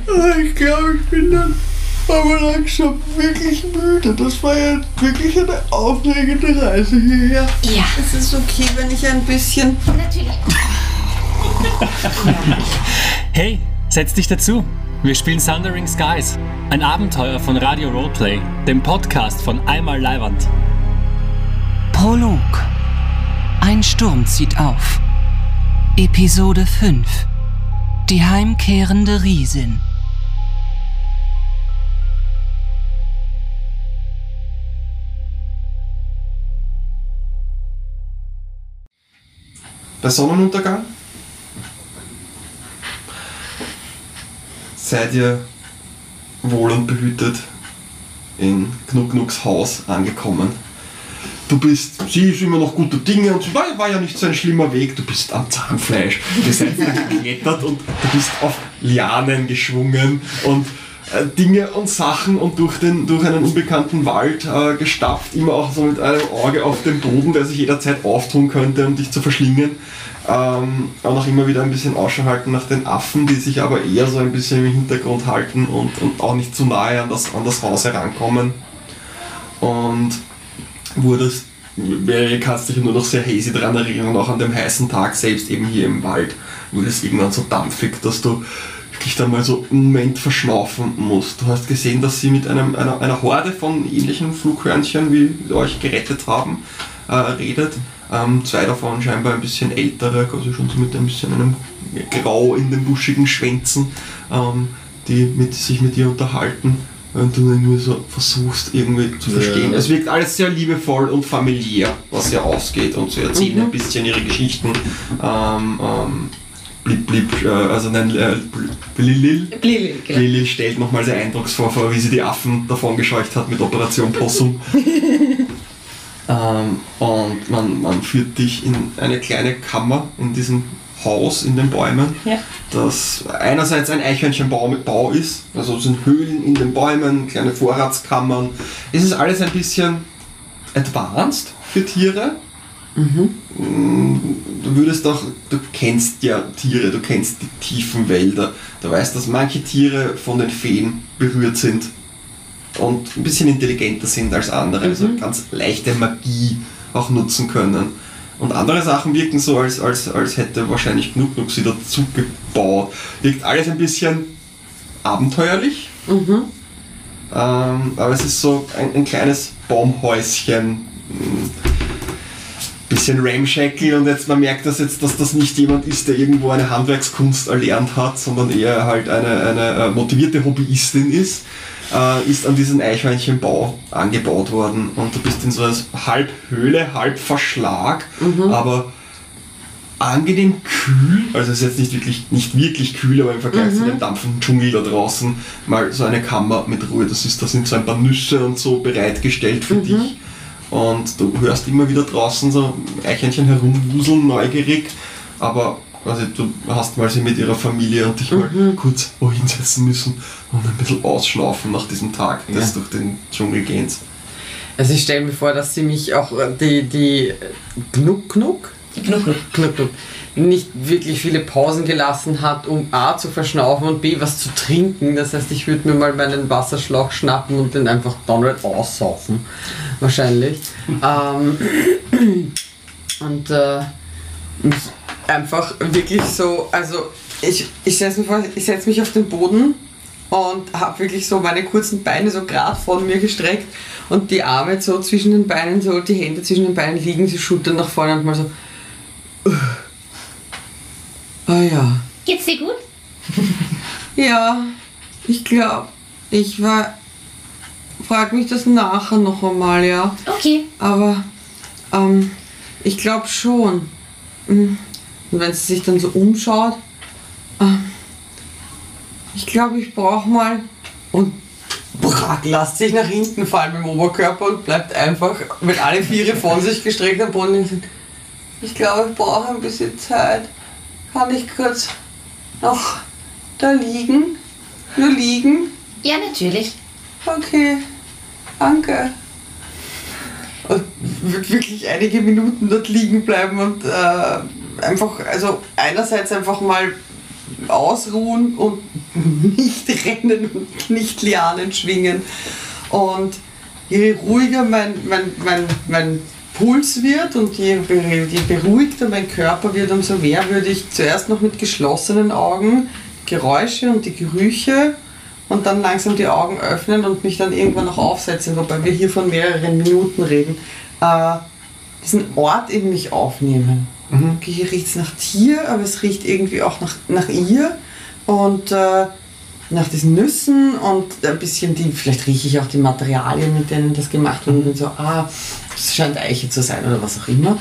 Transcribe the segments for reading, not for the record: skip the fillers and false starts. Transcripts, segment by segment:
Ich glaube, ich bin dann aber langsam wirklich müde. Das war ja wirklich eine aufregende Reise hierher. Ja. Es ist okay, wenn ich ein bisschen... Natürlich. Hey, setz dich dazu. Wir spielen Thundering Skies, ein Abenteuer von Radio Roleplay, dem Podcast von Einmal Leiwand. Prolog. Ein Sturm zieht auf. Episode 5. Die heimkehrende Riesin. Bei Sonnenuntergang seid ihr wohl und behütet in Knucknucks Haus angekommen. Sie ist immer noch guter Dinge und war ja nicht so ein schlimmer Weg. Du bist am Zahnfleisch, ihr seid geklettert und du bist auf Lianen geschwungen und Dinge und Sachen und durch einen unbekannten Wald gestapft, immer auch so mit einem Auge auf dem Boden, der sich jederzeit auftun könnte, um dich zu verschlingen. Und auch immer wieder ein bisschen Ausschau halten nach den Affen, die sich aber eher so ein bisschen im Hintergrund halten und auch nicht zu nahe an das Haus herankommen. Und kannst dich nur noch sehr hazy daran erinnern, auch an dem heißen Tag selbst eben hier im Wald, wurde es irgendwann so dampfig, dass du wirklich dann mal so einen Moment verschnaufen musst. Du hast gesehen, dass sie mit einer Horde von ähnlichen Flughörnchen, wie euch gerettet haben, redet. Zwei davon scheinbar ein bisschen ältere, also schon so mit ein bisschen einem Grau in den buschigen Schwänzen, die sich mit dir unterhalten. Und du irgendwie so versuchst irgendwie zu verstehen. Es wirkt alles sehr liebevoll und familiär, was ihr ausgeht, und sie erzählen ein bisschen ihre Geschichten. Blilil stellt nochmal sehr eindrucksvoll vor, wie sie die Affen davon gescheucht hat mit Operation Possum. Und man führt dich in eine kleine Kammer in diesem Haus in den Bäumen, das einerseits ein Eichhörnchenbau ist, also es sind Höhlen in den Bäumen, kleine Vorratskammern. Es ist alles ein bisschen advanced für Tiere. Du kennst ja Tiere, du kennst die tiefen Wälder, du weißt, dass manche Tiere von den Feen berührt sind und ein bisschen intelligenter sind als andere, also ganz leichte Magie auch nutzen können. Und andere Sachen wirken so, als hätte wahrscheinlich Knucknuck sie dazu gebaut. Wirkt alles ein bisschen abenteuerlich, aber es ist so ein kleines Baumhäuschen, bisschen ramshackle, und jetzt man merkt, dass das nicht jemand ist, der irgendwo eine Handwerkskunst erlernt hat, sondern eher halt eine motivierte Hobbyistin ist an diesen Eichhörnchenbau angebaut worden, und du bist in so einer halb Höhle, halb Verschlag, aber angenehm kühl, also es ist jetzt nicht wirklich kühl, aber im Vergleich zu dem dampfenden Dschungel da draußen mal so eine Kammer mit Ruhe. Da sind so ein paar Nüsse und so bereitgestellt für dich. Und du hörst immer wieder draußen so Eichhörnchen herumwuseln, neugierig, aber also du hast mal sie mit ihrer Familie und dich mal kurz wohin setzen müssen und ein bisschen ausschlafen nach diesem Tag des durch den Dschungel gehens. Also ich stelle mir vor, dass sie mich auch die Knuck nicht wirklich viele Pausen gelassen hat, um A zu verschnaufen und B was zu trinken. Das heißt, ich würde mir mal meinen Wasserschlauch schnappen und den einfach downright aussaufen. Wahrscheinlich. Und mich einfach wirklich so, also ich setze mich auf den Boden und habe wirklich so meine kurzen Beine so gerade vor mir gestreckt und die Arme so zwischen den Beinen, so die Hände zwischen den Beinen liegen, die Schultern nach vorne und mal so. Ah ja. Geht's dir gut? Ja, ich glaube, frag mich das nachher noch einmal, ja. Okay. Aber, ich glaube schon. Und wenn sie sich dann so umschaut, ich glaube, ich brauche mal, und lässt sich nach hinten fallen mit dem Oberkörper und bleibt einfach mit alle Viere von sich gestreckt am Boden liegen. Ich glaube, ich brauche ein bisschen Zeit. Kann ich kurz noch da liegen? Nur liegen? Ja, natürlich. Okay, danke. Und wird wirklich einige Minuten dort liegen bleiben und einfach, also einerseits einfach mal ausruhen und nicht rennen und nicht Lianen schwingen. Und je ruhiger mein Puls wird und je beruhigter mein Körper wird, umso mehr würde ich zuerst noch mit geschlossenen Augen Geräusche und die Gerüche und dann langsam die Augen öffnen und mich dann irgendwann noch aufsetzen, wobei wir hier von mehreren Minuten reden, diesen Ort in mich aufnehmen. Okay, hier riecht es nach Tier, aber es riecht irgendwie auch nach ihr und nach diesen Nüssen und ein bisschen vielleicht rieche ich auch die Materialien, mit denen das gemacht wird und bin so, das scheint Eiche zu sein oder was auch immer.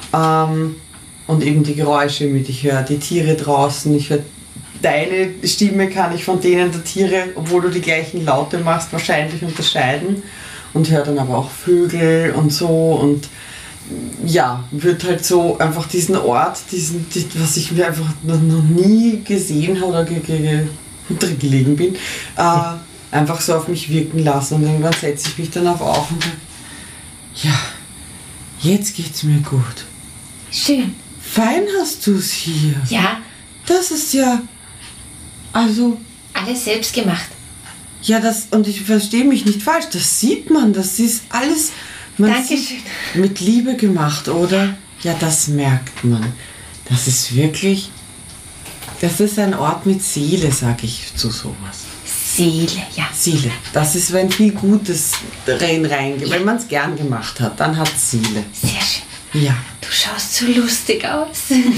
Und eben die Geräusche mit, ich höre die Tiere draußen, ich höre deine Stimme, kann ich von denen der Tiere, obwohl du die gleichen Laute machst, wahrscheinlich unterscheiden und höre dann aber auch Vögel und so und ja, wird halt so einfach diesen Ort, was ich mir einfach noch nie gesehen habe oder drin gelegen bin, einfach so auf mich wirken lassen und irgendwann setze ich mich dann auf und sage, ja, jetzt geht's mir gut. Schön. Fein hast du's hier. Ja. Das ist ja, also... Alles selbst gemacht. Ja, und ich verstehe mich nicht falsch, das sieht man, das ist alles... Dankeschön. Mit Liebe gemacht, oder? Ja, das merkt man. Das ist wirklich... Das ist ein Ort mit Seele, sag ich zu sowas. Seele, ja. Seele. Das ist, wenn viel Gutes reingeht. Wenn man es gern gemacht hat, dann hat es Seele. Sehr schön. Ja. Du schaust so lustig aus.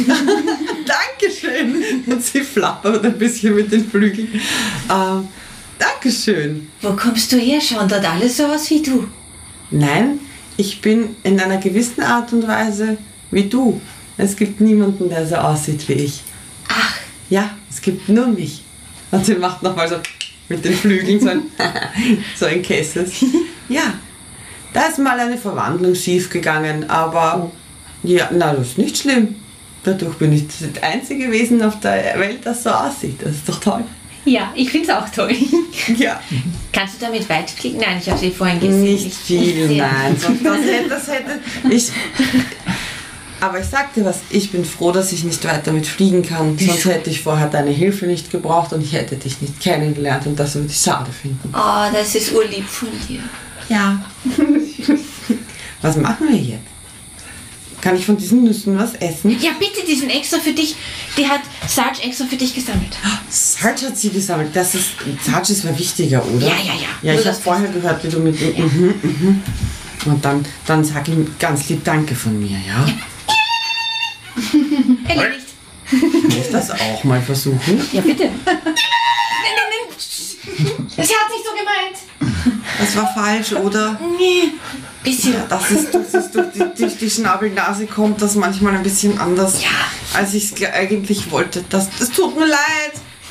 Dankeschön. Und sie flappert ein bisschen mit den Flügeln. Dankeschön. Wo kommst du her? Schauen dort alle so aus wie du? Nein, ich bin in einer gewissen Art und Weise wie du. Es gibt niemanden, der so aussieht wie ich. Ach. Ja, es gibt nur mich. Und sie macht nochmal so mit den Flügeln so ein Kessel. Ja, da ist mal eine Verwandlung schief gegangen, aber ja, das ist nicht schlimm. Dadurch bin ich das einzige Wesen auf der Welt, das so aussieht. Das ist doch toll. Ja, ich finde es auch toll. Ja. Kannst du damit weit fliegen? Nein, ich habe sie vorhin gesehen. Nicht viel, nein. Das hätte ich... Aber ich sag dir was, ich bin froh, dass ich nicht weiter mit fliegen kann. Sonst hätte ich vorher deine Hilfe nicht gebraucht und ich hätte dich nicht kennengelernt und das würde ich schade finden. Oh, das ist urlieb von dir. Ja. Was machen wir jetzt? Kann ich von diesen Nüssen was essen? Ja, bitte, die sind extra für dich. Die hat Sarge extra für dich gesammelt. Sarge hat sie gesammelt. Sarge ist mal wichtiger, oder? Ja. Ja, ich habe vorher gehört, wie du mit dem... Und dann sag ihm ganz lieb Danke von mir, ja? Erledigt. Kann ich das auch mal versuchen? Ja, bitte. Nein. Sie hat nicht so gemeint. Das war falsch, oder? Nee. Bisschen. Ja, das ist durch die Schnabelnase kommt das manchmal ein bisschen anders, als ich es eigentlich wollte. Das tut mir leid.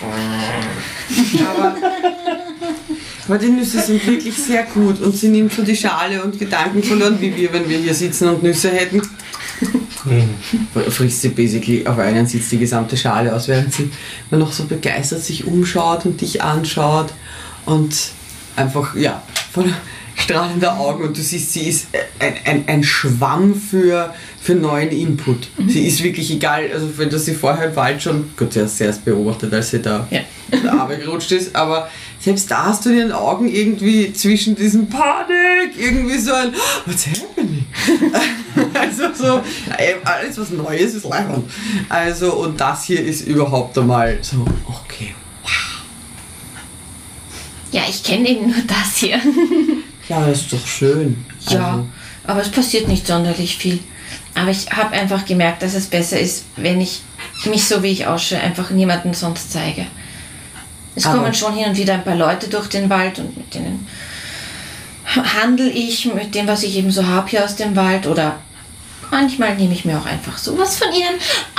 Aber die Nüsse sind wirklich sehr gut und sie nimmt so die Schale und Gedanken verloren, wie wir, wenn wir hier sitzen und Nüsse hätten. Frisst sie basically auf einen, sitzt die gesamte Schale aus, während sie noch so begeistert sich umschaut und dich anschaut und einfach, voller strahlender Augen und du siehst, sie ist ein Schwamm für neuen Input. Sie ist wirklich egal, also wenn du sie vorher im Wald schon, gut, sie hast zuerst beobachtet, als sie da in der Arbeit gerutscht ist, aber selbst da hast du in den Augen irgendwie zwischen diesem Panik irgendwie so ein What's happening? Also so, alles was Neues ist leibend. Also und das hier ist überhaupt einmal so, okay, wow. Ja, ich kenne eben nur das hier. Ja, das ist doch schön. Ja, aber es passiert nicht sonderlich viel. Aber ich habe einfach gemerkt, dass es besser ist, wenn ich mich so wie ich ausschaue, einfach niemandem sonst zeige. Es kommen schon hin und wieder ein paar Leute durch den Wald und mit denen handle ich mit dem, was ich eben so habe hier aus dem Wald. Oder manchmal nehme ich mir auch einfach sowas von ihnen.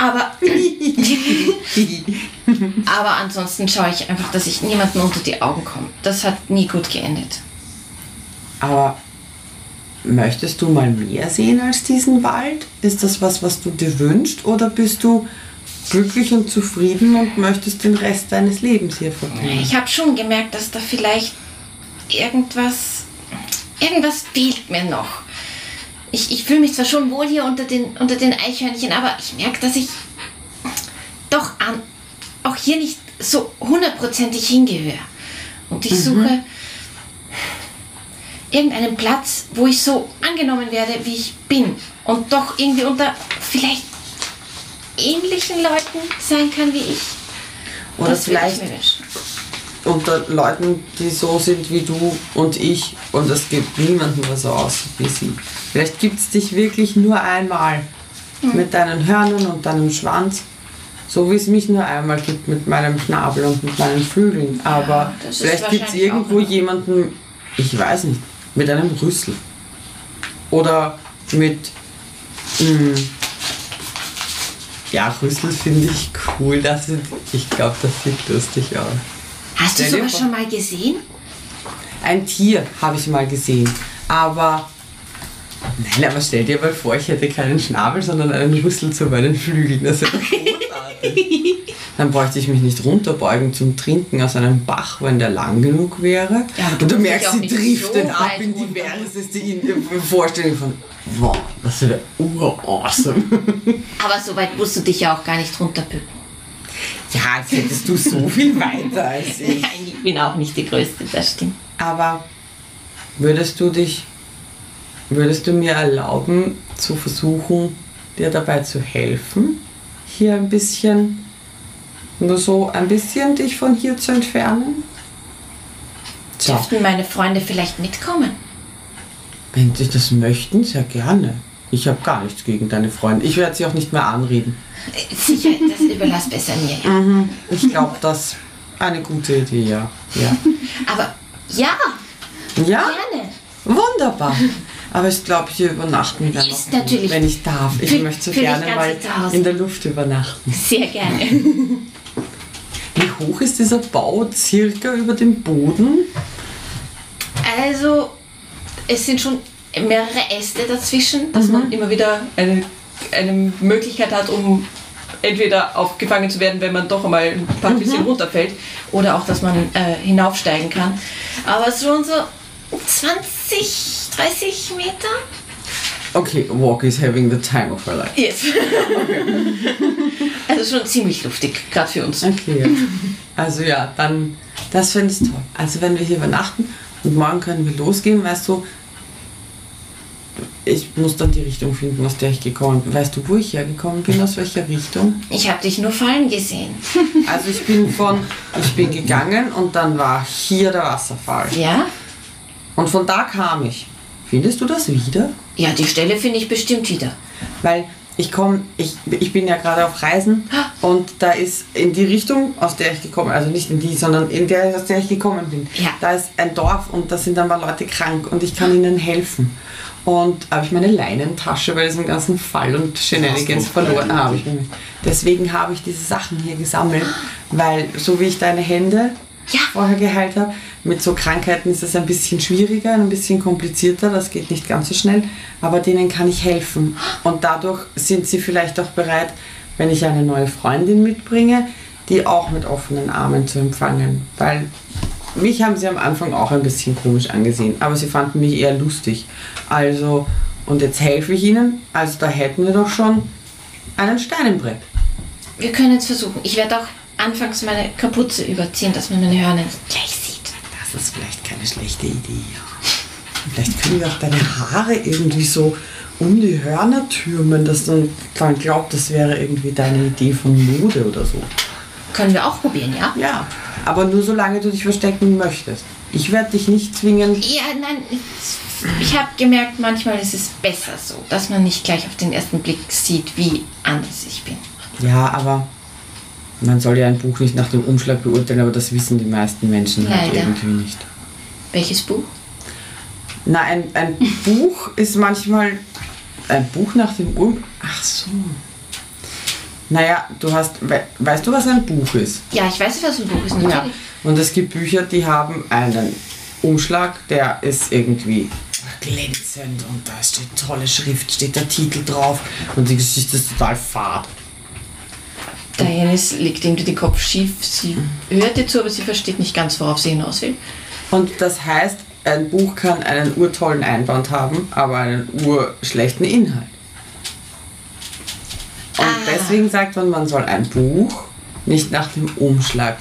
Aber ansonsten schaue ich einfach, dass ich niemandem unter die Augen komme. Das hat nie gut geendet. Aber möchtest du mal mehr sehen als diesen Wald? Ist das was du dir wünschst? Oder bist du glücklich und zufrieden und möchtest den Rest deines Lebens hier verbringen? Ich habe schon gemerkt, dass da vielleicht irgendwas fehlt mir noch. Ich fühle mich zwar schon wohl hier unter den Eichhörnchen, aber ich merke, dass ich doch auch hier nicht so 100%ig hingehöre. Und ich suche irgendeinen Platz, wo ich so angenommen werde, wie ich bin. Und doch irgendwie unter vielleicht ähnlichen Leuten sein kann wie ich. Oder das vielleicht würde ich mir wünschen. unter Leuten, die so sind wie du und ich, und es gibt niemanden, der so aussieht wie sie. Vielleicht gibt es dich wirklich nur einmal mit deinen Hörnern und deinem Schwanz, so wie es mich nur einmal gibt mit meinem Schnabel und mit meinen Flügeln. Aber das ist vielleicht gibt es wahrscheinlich irgendwo auch, ja. jemanden, ich weiß nicht, mit einem Rüssel. Oder mit... ja, Rüssel finde ich cool. Ich glaube, das sieht lustig aus. Hast du Stell dir sowas vor- schon mal gesehen? Ein Tier habe ich mal gesehen, aber... Nein, aber stell dir mal vor, ich hätte keinen Schnabel, sondern einen Rüssel zu meinen Flügeln. Das wäre doch großartig. Dann bräuchte ich mich nicht runterbeugen zum Trinken aus einem Bach, wenn der lang genug wäre. Ja, aber und du musst merkst, dich auch sie nicht driftet so ab weit in runter. diverseste Vorstellungen von, wow, das wäre awesome. Aber so weit musst du dich ja auch gar nicht runterbücken. Ja, als hättest du so viel weiter als ich. Ich bin auch nicht die Größte, das stimmt. Aber würdest du mir erlauben, zu versuchen, dir dabei zu helfen, hier ein bisschen, nur so ein bisschen dich von hier zu entfernen? So, Dürften meine Freunde vielleicht mitkommen? wenn sie das möchten, sehr gerne. Ich habe gar nichts gegen deine Freunde. Ich werde sie auch nicht mehr anreden. Sicher, das überlass besser mir. Ja. Ich glaube, das ist eine gute Idee, ja. Ja, Aber ja, ja? gerne. Wunderbar. Aber ich glaube, hier übernachten wir Ist noch, natürlich wenn ich darf. Ich für- möchte so für dich gerne ganz mal zu Hause. in der Luft übernachten. Sehr gerne. Wie hoch ist dieser Bau circa über dem Boden? Also, es sind schon mehrere Äste dazwischen, dass man immer wieder eine Möglichkeit hat, um entweder aufgefangen zu werden, wenn man doch einmal ein paar bisschen runterfällt, oder auch, dass man hinaufsteigen kann. Aber schon so 20, 30 Meter? Okay, Walk is having the time of her life. Yes. Also schon ziemlich luftig, gerade für uns. Okay, ja. Also ja, dann, das finde ich toll. Also wenn wir hier übernachten und morgen können wir losgehen, weißt du, ich muss dann die Richtung finden, aus der ich gekommen bin. Weißt du, wo ich hergekommen bin, aus welcher Richtung? Ich habe dich nur fallen gesehen. Also ich bin gegangen und dann war hier der Wasserfall. Ja? Und von da kam ich. Findest du das wieder? Ja, die Stelle finde ich bestimmt wieder. Weil ich bin ja gerade auf Reisen und da ist in die Richtung, aus der ich gekommen bin, also nicht in die, sondern in der, aus der ich gekommen bin, Ja. da ist ein Dorf und da sind ein paar Leute krank und ich kann ihnen helfen. Und habe ich meine Leinentasche bei diesem ganzen Fall und Shenanigans verloren habe. Deswegen habe ich diese Sachen hier gesammelt, weil so wie ich deine Hände vorher geheilt habe, mit so Krankheiten ist es ein bisschen schwieriger, ein bisschen komplizierter, das geht nicht ganz so schnell, aber denen kann ich helfen. Und dadurch sind sie vielleicht auch bereit, wenn ich eine neue Freundin mitbringe, die auch mit offenen Armen zu empfangen. Weil mich haben sie am Anfang auch ein bisschen komisch angesehen, aber sie fanden mich eher lustig. Also, und jetzt helfe ich ihnen, also da hätten wir doch schon einen Stein im Brett. Wir können es versuchen. Ich werde auch anfangs meine Kapuze überziehen, dass man meine Hörner nicht gleich sieht. Das ist vielleicht keine schlechte Idee. Vielleicht können wir auch deine Haare irgendwie so um die Hörner türmen, dass man glaubt, das wäre irgendwie deine Idee von Mode oder so. Können wir auch probieren, ja? Ja, aber nur solange du dich verstecken möchtest. Ich werde dich nicht zwingen. Ja, nein. Ich habe gemerkt, manchmal ist es besser so, dass man nicht gleich auf den ersten Blick sieht, wie anders ich bin. Ja, aber man soll ja ein Buch nicht nach dem Umschlag beurteilen, aber das wissen die meisten Menschen halt Leider. irgendwie nicht. Welches Buch? Na, ein Buch ist manchmal ein Buch nach dem Ach so. Naja, weißt du, was ein Buch ist? Ja, ich weiß, was ein Buch ist, natürlich. Ja. Und es gibt Bücher, die haben einen Umschlag, der ist irgendwie glänzend und da steht tolle Schrift, steht der Titel drauf und die Geschichte ist total fad. Diane legt irgendwie den Kopf schief. Sie hört dir zu, aber sie versteht nicht ganz, worauf sie hinaus will. Und das heißt, ein Buch kann einen urtollen Einband haben, aber einen urschlechten Inhalt. Und deswegen sagt man, man soll ein Buch Nicht nach dem Umschlag.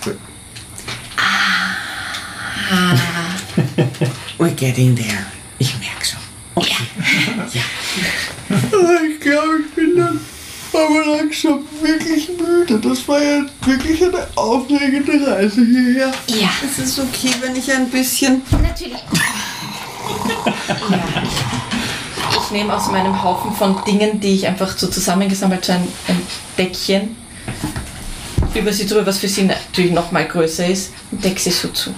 We're getting there. Ich merke schon. Okay. Ja. Ich glaube, ich bin dann aber langsam wirklich müde. Das war ja wirklich eine aufregende Reise hierher. Ja, Es ist okay, wenn ich ein bisschen... natürlich. Ja, ich nehme aus meinem Haufen von Dingen, die ich einfach so zusammengesammelt habe, ein Deckchen über sie drüber, was für sie natürlich noch mal größer ist, und decke sie so zu.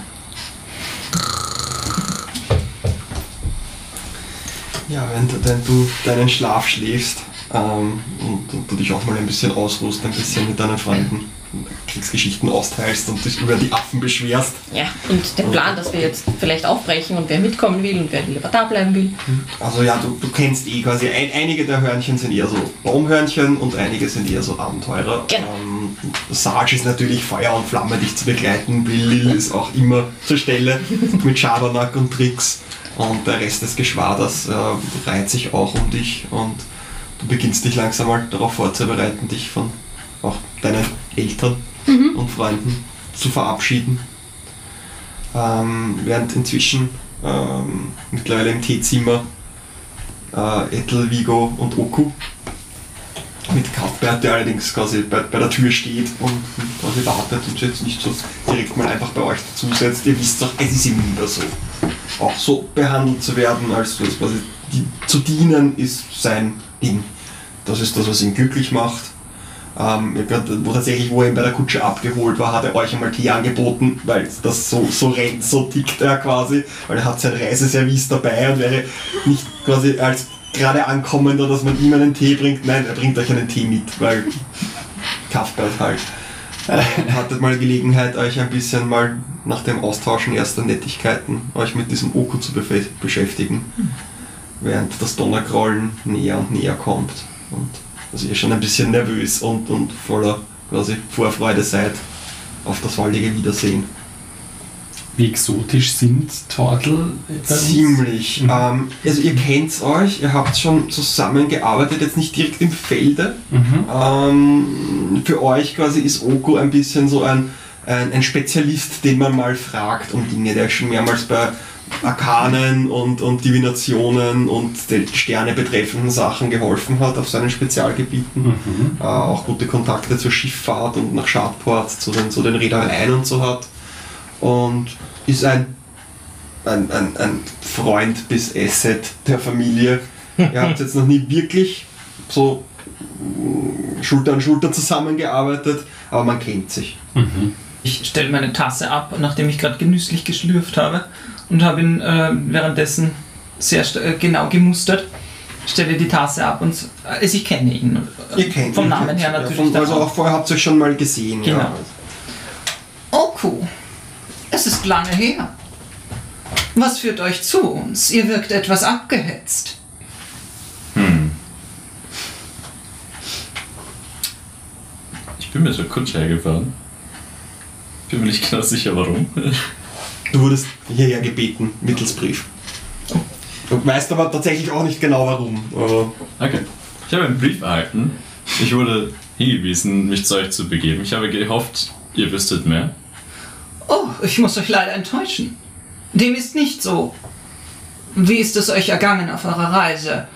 Ja, wenn du deinen Schlaf schläfst und du dich auch mal ein bisschen ausruhst, ein bisschen mit deinen Freunden Kriegsgeschichten austeilst und dich über die Affen beschwerst. Ja, und den Plan, dass wir jetzt vielleicht aufbrechen und wer mitkommen will und wer lieber da bleiben will. Also ja, du kennst quasi, einige der Hörnchen sind eher so Baumhörnchen und einige sind eher so Abenteurer. Genau. Sarge ist natürlich Feuer und Flamme, dich zu begleiten. Lil ist auch immer zur Stelle mit Schabernack und Tricks. Und der Rest des Geschwaders reiht sich auch um dich und du beginnst dich langsam mal darauf vorzubereiten, dich von auch deinen Eltern und Freunden zu verabschieden. Während inzwischen mittlerweile im Teezimmer Ethel, Vigo und Oku mit Cuthbert, der allerdings quasi bei der Tür steht und quasi wartet und jetzt nicht so direkt mal einfach bei euch dazusetzt. Ihr wisst doch, es ist ihm wieder so. Auch so behandelt zu werden, als quasi zu dienen, ist sein Ding. Das ist das, was ihn glücklich macht. Wo er ihn bei der Kutsche abgeholt war, hat er euch einmal Tee angeboten, weil das so rennt, so tickt er quasi, weil er hat sein Reiseservice dabei und wäre nicht quasi als gerade Ankommender, dass man ihm einen Tee bringt. Nein, er bringt euch einen Tee mit, weil Cuthbert halt. Hattet mal Gelegenheit, euch ein bisschen mal nach dem Austauschen erster Nettigkeiten euch mit diesem Oku zu beschäftigen, während das Donnergrollen näher und näher kommt und also ihr schon ein bisschen nervös und voller quasi Vorfreude seid auf das baldige Wiedersehen. Wie exotisch sind Tortel? Ziemlich. Also ihr kennt euch, ihr habt schon zusammengearbeitet, jetzt nicht direkt im Felde. Für euch quasi ist Oku ein bisschen so ein Spezialist, den man mal fragt um Dinge, der schon mehrmals bei Arkanen und Divinationen und Sterne betreffenden Sachen geholfen hat auf seinen Spezialgebieten. Auch gute Kontakte zur Schifffahrt und nach Shardport zu den Reedereien und so hat. Und ist ein Freund bis Asset der Familie. Ihr habt jetzt noch nie wirklich so Schulter an Schulter zusammengearbeitet, aber man kennt sich. Ich stelle meine Tasse ab, nachdem ich gerade genüsslich geschlürft habe und habe ihn währenddessen sehr genau gemustert. Stelle die Tasse ab und also ich kenne ihn. Ihr kennt vom ihn, Namen her natürlich. Also auch vorher habt ihr euch schon mal gesehen. Genau. Ja. Oku, es ist lange her. Was führt euch zu uns? Ihr wirkt etwas abgehetzt. Ich bin mit der Kutsche hergefahren. Bin mir nicht genau sicher, warum. Du wurdest hierher gebeten, mittels Brief. Du weißt aber tatsächlich auch nicht genau warum. Aber Okay. Ich habe einen Brief erhalten. Ich wurde hingewiesen, mich zu euch zu begeben. Ich habe gehofft, ihr wüsstet mehr. Oh, ich muss euch leider enttäuschen. Dem ist nicht so. Wie ist es euch ergangen auf eurer Reise?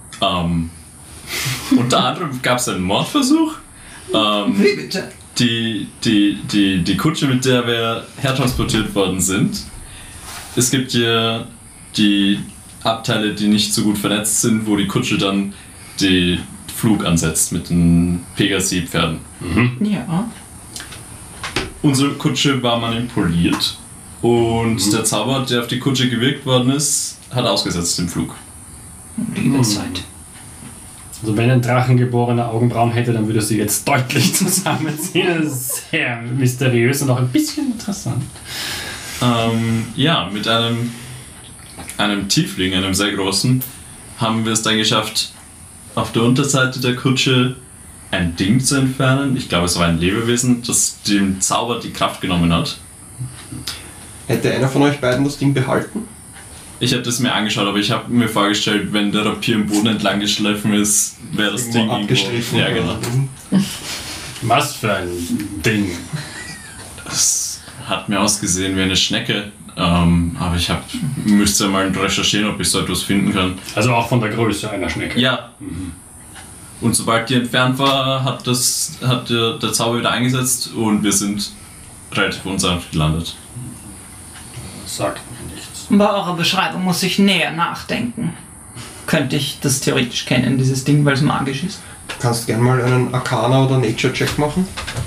Unter anderem gab es einen Mordversuch. Wie bitte? Die Kutsche, mit der wir hertransportiert worden sind. Es gibt hier die Abteile, die nicht so gut vernetzt sind, wo die Kutsche dann den Flug ansetzt mit den Pegasi-Pferden. Ja. Unsere Kutsche war manipuliert und der Zauber, der auf die Kutsche gewirkt worden ist, hat ausgesetzt den Flug. Liebe Zeit. Also wenn ein drachengeborener Augenbrauen hätte, dann würdest du jetzt deutlich zusammenziehen. Das ist sehr mysteriös und auch ein bisschen interessant. Ja, mit einem Tiefling, einem sehr großen, haben wir es dann geschafft, auf der Unterseite der Kutsche ein Ding zu entfernen. Ich glaube, es war ein Lebewesen, das dem Zauber die Kraft genommen hat. hätte einer von euch beiden das Ding behalten? Ich habe das mir angeschaut, aber ich habe mir vorgestellt, wenn der Rapier im Boden entlang geschliffen ist, wäre das Ding abgestrichen. irgendwo. Ja, genau. Was für ein Ding. Das hat mir ausgesehen wie eine Schnecke. Aber ich müsste mal recherchieren, ob ich so etwas finden kann. Also auch von der Größe einer Schnecke? Ja. Und sobald die entfernt war, hat der Zauber wieder eingesetzt und wir sind relativ unsanft gelandet. Das sagt mir nichts. Bei eurer Beschreibung muss ich näher nachdenken. Könnte ich das theoretisch kennen, dieses Ding, weil es magisch ist? Du kannst gerne mal einen Arcana- oder Nature-Check machen.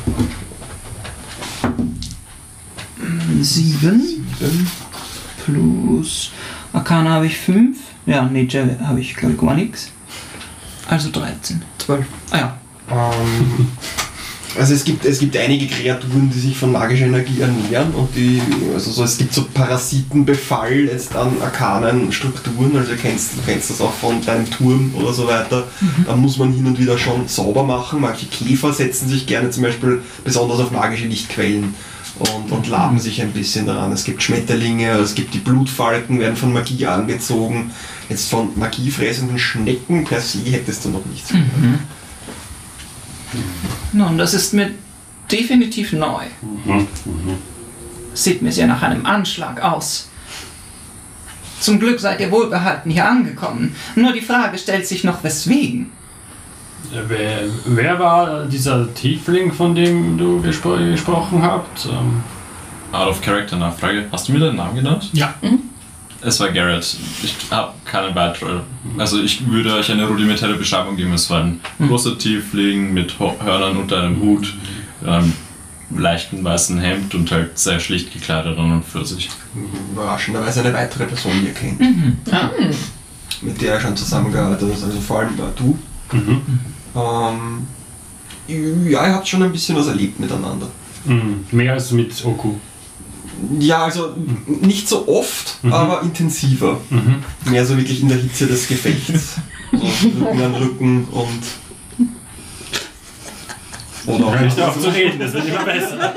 7 plus Arcana habe ich 5. Ja, Nature habe ich glaube ich gar nichts. Also 13. 12. Ah ja. Also es gibt einige Kreaturen, die sich von magischer Energie ernähren und es gibt so Parasitenbefall jetzt an arkanen Strukturen, also du kennst das auch von deinem Turm oder so weiter. Da muss man hin und wieder schon sauber machen. Manche Käfer setzen sich gerne zum Beispiel besonders auf magische Lichtquellen und laben sich ein bisschen daran. Es gibt Schmetterlinge, es gibt die Blutfalken, werden von Magie angezogen. Jetzt von magiefressenden Schnecken per se hättest du noch nichts gehört. Nun, das ist mir definitiv neu. Sieht mir sehr nach einem Anschlag aus. Zum Glück seid ihr wohlbehalten hier angekommen. Nur die Frage stellt sich noch, weswegen? Wer war dieser Tiefling, von dem du gesprochen habt? Out of Character Nachfrage. Hast du mir den Namen genannt? Ja. Es war Garrett. Ich habe keinen Beitrag. Also ich würde euch eine rudimentäre Beschreibung geben. Es war ein großer Tiefling mit Hörnern unter einem Hut, einem leichten weißen Hemd und halt sehr schlicht gekleidet an und für sich. Überraschenderweise eine weitere Person, die ihr kennt. Mit der er schon zusammengearbeitet hat, also vor allem du. Ja, ihr habt schon ein bisschen was erlebt miteinander. Mehr als mit Oku. Ja, also nicht so oft, aber intensiver. Mehr so wirklich in der Hitze des Gefechts. So Rücken an Rücken und... Oder auch Hör nicht auf zu reden, das wird immer besser.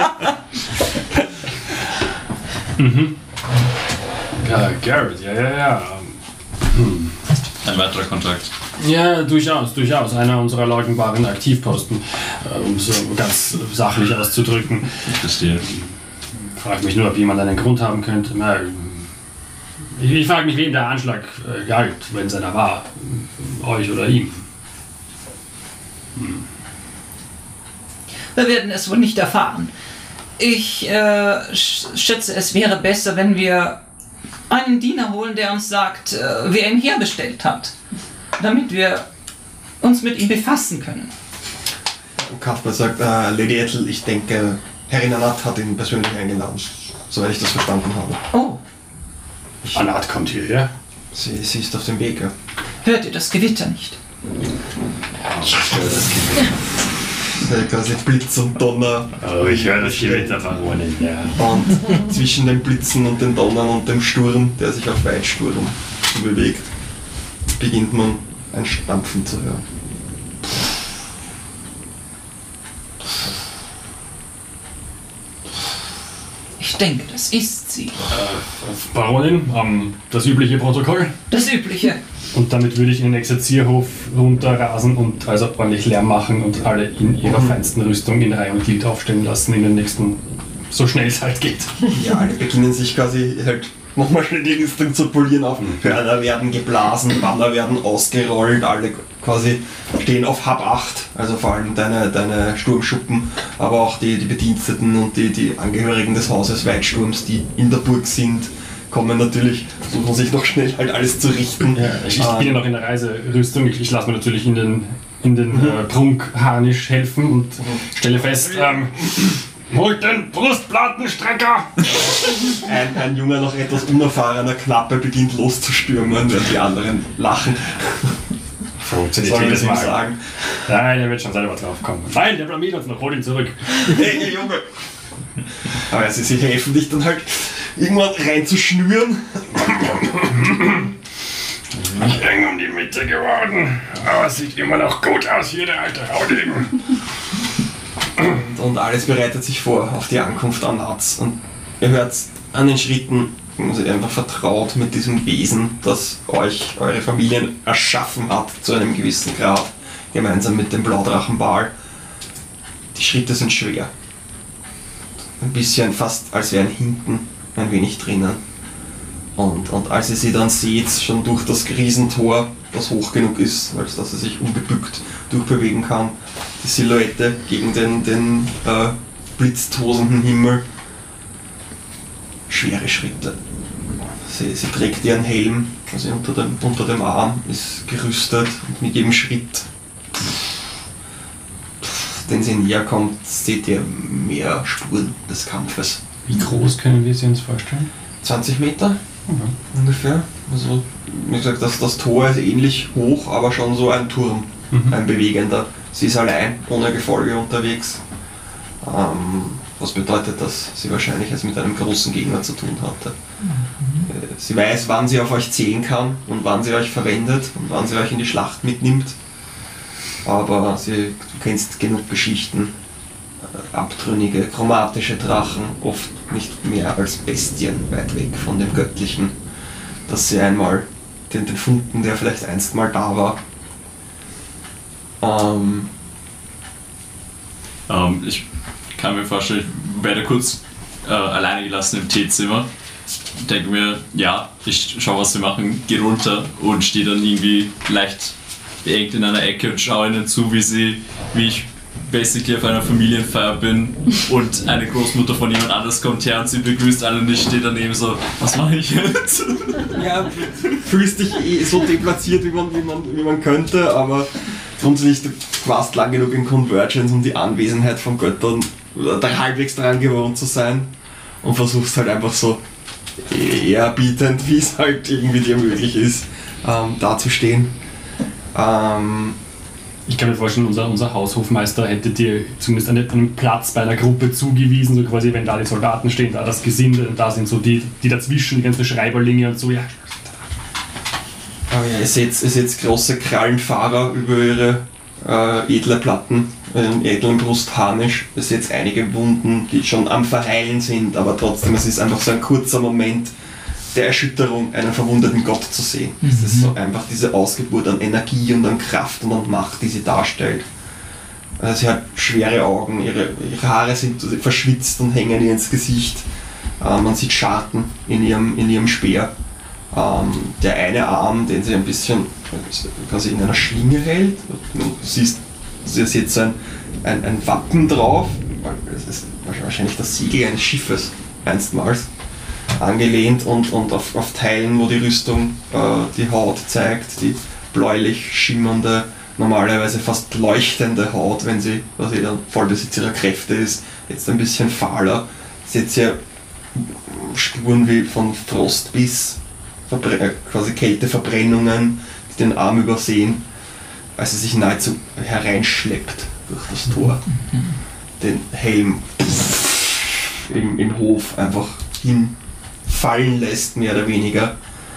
Ja, Garrett, ja. Ein weiterer Kontakt. Ja, durchaus. Einer unserer leugnbaren Aktivposten, um so ganz sachlich auszudrücken. Ich verstehe. Frag mich nur, ob jemand einen Grund haben könnte. Ich frage mich, wem der Anschlag galt, wenn es einer war. Euch oder ihm. Wir werden es wohl nicht erfahren. Ich schätze, es wäre besser, wenn wir einen Diener holen, der uns sagt, wer ihn herbestellt hat. Damit wir uns mit ihm befassen können. Kasper sagt, Lady Ethel, ich denke, Herrin Anat hat ihn persönlich eingeladen, soweit ich das verstanden habe. Oh. Anat kommt hierher. Sie ist auf dem Weg, ja. Hört ihr das Gewitter nicht? Quasi Blitz und Donner. Oh, ich höre das Gewitter, Baronin, ja. Und zwischen den Blitzen und den Donnern und dem Sturm, der sich auf Weitsturm bewegt, beginnt man ein Stampfen zu hören. Ich denke, das ist sie. Baronin, das übliche Protokoll. Das Übliche. Und damit würde ich in den Exerzierhof runterrasen und also ordentlich Lärm machen und alle in ihrer feinsten Rüstung in Reihe und Glied aufstellen lassen in den nächsten, so schnell es halt geht. Ja, alle beginnen sich quasi halt nochmal schnell die Rüstung zu polieren auf. Hörner werden geblasen, Banner werden ausgerollt, alle quasi stehen auf Hab 8, also vor allem deine Sturmschuppen, aber auch die Bediensteten und die Angehörigen des Hauses Weitsturms, die in der Burg sind, kommen natürlich, versuchen sich noch schnell halt alles zu richten. Ja, ich bin ja noch in der Reiserüstung, ich lasse mir natürlich in den Prunkharnisch helfen und stelle fest, holt den Brustplattenstrecker! Ein junger, noch etwas unerfahrener Knappe beginnt loszustürmen, während die anderen lachen. Funktioniert jedes Mal. Sagen. Nein, der wird schon selber drauf kommen. Nein, der blamiert uns noch, hol ihn zurück. Hey, Junge! Aber sie helfen dich dann halt irgendwann reinzuschnüren. Nicht eng um die Mitte geworden, aber es sieht immer noch gut aus hier, der alte Haudegen. Und alles bereitet sich vor auf die Ankunft an Nats. Und ihr hört an den Schritten, also einfach vertraut mit diesem Wesen, das euch, eure Familien erschaffen hat zu einem gewissen Grad, gemeinsam mit dem Blaudrachen Baal. Die Schritte sind schwer. Ein bisschen fast, als wären hinten ein wenig drinnen. Und als ihr sie dann seht, schon durch das Riesentor, das hoch genug ist, als dass sie sich ungebückt durchbewegen kann, die Silhouette gegen den blitztosenden Himmel. Schwere Schritte. Sie trägt ihren Helm, also unter dem Arm, ist gerüstet und mit jedem Schritt, den sie näher kommt, seht ihr mehr Spuren des Kampfes. Wie groß können wir sie uns vorstellen? 20 Meter ungefähr. Also, wie gesagt, das Tor ist ähnlich hoch, aber schon so ein Turm, ein bewegender. Sie ist allein, ohne Gefolge unterwegs. Was bedeutet, dass sie wahrscheinlich es mit einem großen Gegner zu tun hatte. Sie weiß, wann sie auf euch zählen kann und wann sie euch verwendet und wann sie euch in die Schlacht mitnimmt. Aber du kennst genug Geschichten. Abtrünnige, chromatische Drachen, oft nicht mehr als Bestien weit weg von dem Göttlichen, dass sie einmal den Funken, der vielleicht einst mal da war. Ich kann mir vorstellen, ich werde kurz alleine gelassen im Teezimmer. Denke mir, ja, ich schaue, was sie machen, gehe runter und stehe dann irgendwie leicht beengt in einer Ecke und schaue ihnen zu, wie ich basically auf einer Familienfeier bin und eine Großmutter von jemand anders kommt her und sie begrüßt alle und ich stehe daneben so, was mache ich jetzt? Ja, fühlst dich so deplatziert, wie man könnte, aber grundsätzlich, du warst lang genug in Convergence, um die Anwesenheit von Göttern da halbwegs dran gewohnt zu sein und versuchst halt einfach so ehrbietend, wie es halt irgendwie dir möglich ist, dazustehen. Ich kann mir vorstellen, unser Haushofmeister hätte dir zumindest einen Platz bei einer Gruppe zugewiesen, so quasi, wenn da die Soldaten stehen, da das Gesinde und da sind so die dazwischen, die ganzen Schreiberlinge und so, ja. Aber ja, ihr seht große Krallenfahrer über ihre edle Platten, edlen Brustharnisch. Ihr seht einige Wunden, die schon am Verheilen sind, aber trotzdem, es ist einfach so ein kurzer Moment der Erschütterung, einen verwundeten Gott zu sehen. Es ist so einfach diese Ausgeburt an Energie und an Kraft und an Macht, die sie darstellt. Sie hat schwere Augen, ihre Haare sind verschwitzt und hängen ihr ins Gesicht. Man sieht Scharten in ihrem Speer. Der eine Arm, den sie ein bisschen quasi in einer Schlinge hält. Du siehst, sie hat jetzt ein Wappen drauf. Das ist wahrscheinlich das Siegel eines Schiffes einstmals. Angelehnt und auf Teilen, wo die Rüstung die Haut zeigt, die bläulich schimmernde, normalerweise fast leuchtende Haut, wenn sie dann Vollbesitz ihrer Kräfte ist, jetzt ein bisschen fahler. Seht ihr Spuren wie von Frostbiss, quasi Kälteverbrennungen, die den Arm übersehen, als sie sich nahezu hereinschleppt durch das Tor. Den Helm im Hof einfach hinfallen lässt, mehr oder weniger.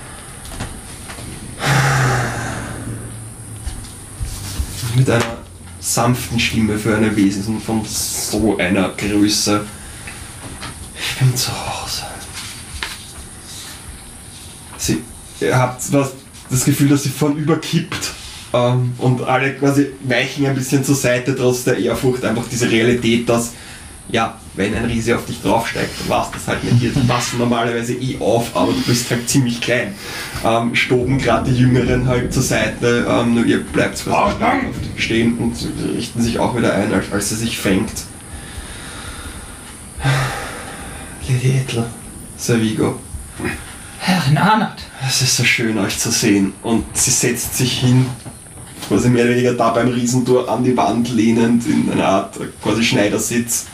Mit einer sanften Stimme für eine Wesen von so einer Größe. Ich bin zu Hause. Ihr habt das Gefühl, dass sie vornüber kippt und alle quasi weichen ein bisschen zur Seite, trotz der Ehrfurcht, einfach diese Realität, dass, ja, wenn ein Riese auf dich draufsteigt, dann war's das halt mit dir. Die passen normalerweise auf, aber du bist halt ziemlich klein. Stoben gerade die Jüngeren halt zur Seite, nur ihr bleibt stehen und richten sich auch wieder ein, als sie sich fängt. Lady Ethel, Servigo. Herrin Arnott. Es ist so schön, euch zu sehen. Und sie setzt sich hin, quasi mehr oder weniger da beim Riesentor an die Wand lehnend, in einer Art quasi Schneidersitz.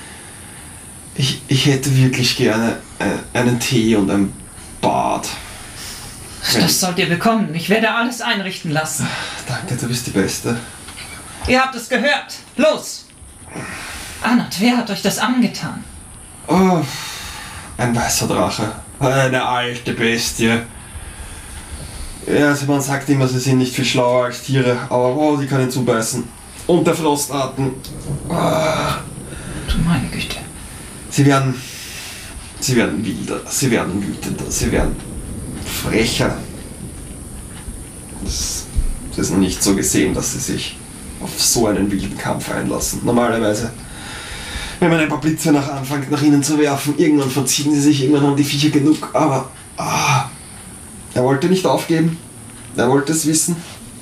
Ich hätte wirklich gerne einen Tee und ein Bad. Das sollt ihr bekommen. Ich werde alles einrichten lassen. Danke, du bist die Beste. Ihr habt es gehört. Los! Arnott, wer hat euch das angetan? Oh, ein weißer Drache. Eine alte Bestie. Ja, also man sagt immer, sie sind nicht viel schlauer als Tiere, aber sie können zubeißen. Und der Frostatem. Du meine Güte. Sie werden wilder, sie werden wütender, sie werden frecher. Das ist noch nicht so gesehen, dass sie sich auf so einen wilden Kampf einlassen. Normalerweise, wenn man ein paar Blitze anfängt nach ihnen zu werfen, irgendwann verziehen sie sich, irgendwann haben die Viecher genug, aber er wollte nicht aufgeben, er wollte es wissen.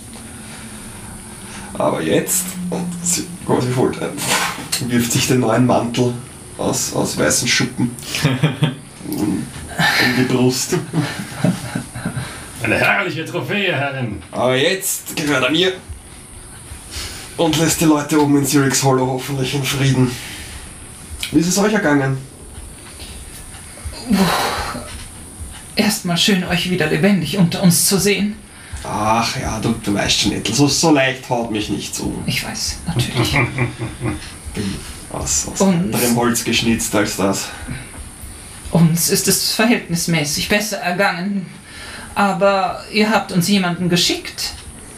Aber jetzt, und sie wirft sich den neuen Mantel aus weißen Schuppen um die Brust. Eine herrliche Trophäe, Herrin. Aber jetzt gehört er mir und lässt die Leute oben in Zurich's Hollow hoffentlich in Frieden. Wie ist es euch ergangen? Erstmal schön, euch wieder lebendig unter uns zu sehen. Ach ja, du weißt schon, Ethel, so leicht haut mich nichts um. Ich weiß, natürlich. Aus anderem Holz geschnitzt als das. Uns ist es verhältnismäßig besser ergangen. Aber ihr habt uns jemanden geschickt.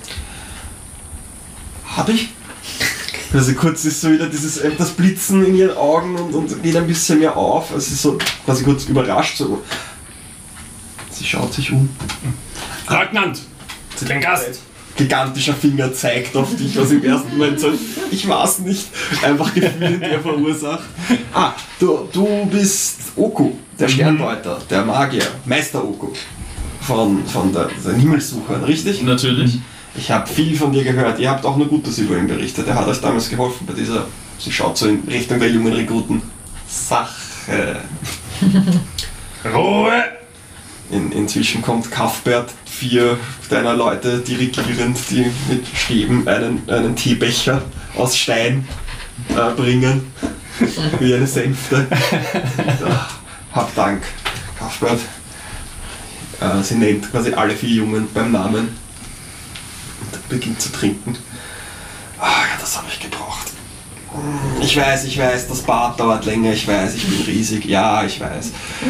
Hab ich? Also kurz ist so wieder das Blitzen in ihren Augen und geht ein bisschen mehr auf. Also sie ist so quasi kurz überrascht. So. Sie schaut sich um. Leutnant, zu den Gast. Gigantischer Finger zeigt auf dich, was im ersten Moment so, ich weiß nicht, einfach Gefühle in dir verursacht. Du bist Oku, der Sterndeuter, der Magier, Meister Oku von den Himmelssuchern, richtig? Natürlich. Ich habe viel von dir gehört, ihr habt auch nur Gutes über ihn berichtet, er hat euch damals geholfen bei dieser, sie schaut so in Richtung der jungen Rekruten, Sache. Ruhe! Inzwischen kommt Cuthbert, 4 deiner Leute dirigierend, die mit Stäben einen Teebecher aus Stein bringen, wie eine Sänfte. Hab Dank, Cuthbert. Sie nennt quasi alle 4 Jungen beim Namen und beginnt zu trinken. Ja, das habe ich gebraucht. Ich weiß, das Bad dauert länger, ich weiß, ich bin riesig, ja, ich weiß.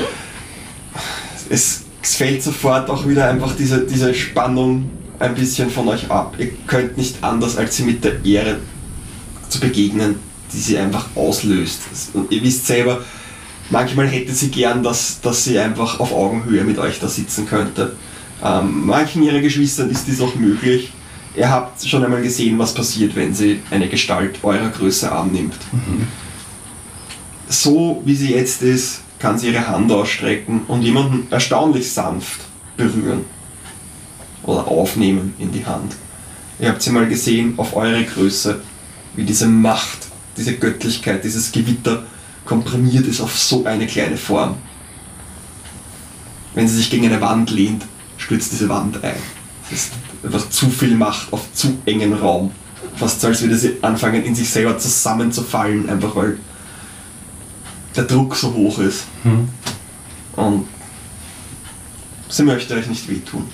Es fällt sofort auch wieder einfach diese Spannung ein bisschen von euch ab. Ihr könnt nicht anders, als sie mit der Ehre zu begegnen, die sie einfach auslöst. Und ihr wisst selber, manchmal hätte sie gern, dass sie einfach auf Augenhöhe mit euch da sitzen könnte. Manchen ihrer Geschwistern ist dies auch möglich. Ihr habt schon einmal gesehen, was passiert, wenn sie eine Gestalt eurer Größe annimmt. Mhm. So wie sie jetzt ist, kann sie ihre Hand ausstrecken und jemanden erstaunlich sanft berühren oder aufnehmen in die Hand. Ihr habt sie mal gesehen auf eure Größe, wie diese Macht, diese Göttlichkeit, dieses Gewitter komprimiert ist auf so eine kleine Form. Wenn sie sich gegen eine Wand lehnt, stürzt diese Wand ein. Es ist einfach zu viel Macht auf zu engen Raum. Fast so, als würde sie anfangen, in sich selber zusammenzufallen, einfach weil der Druck so hoch ist. Und sie möchte euch nicht wehtun.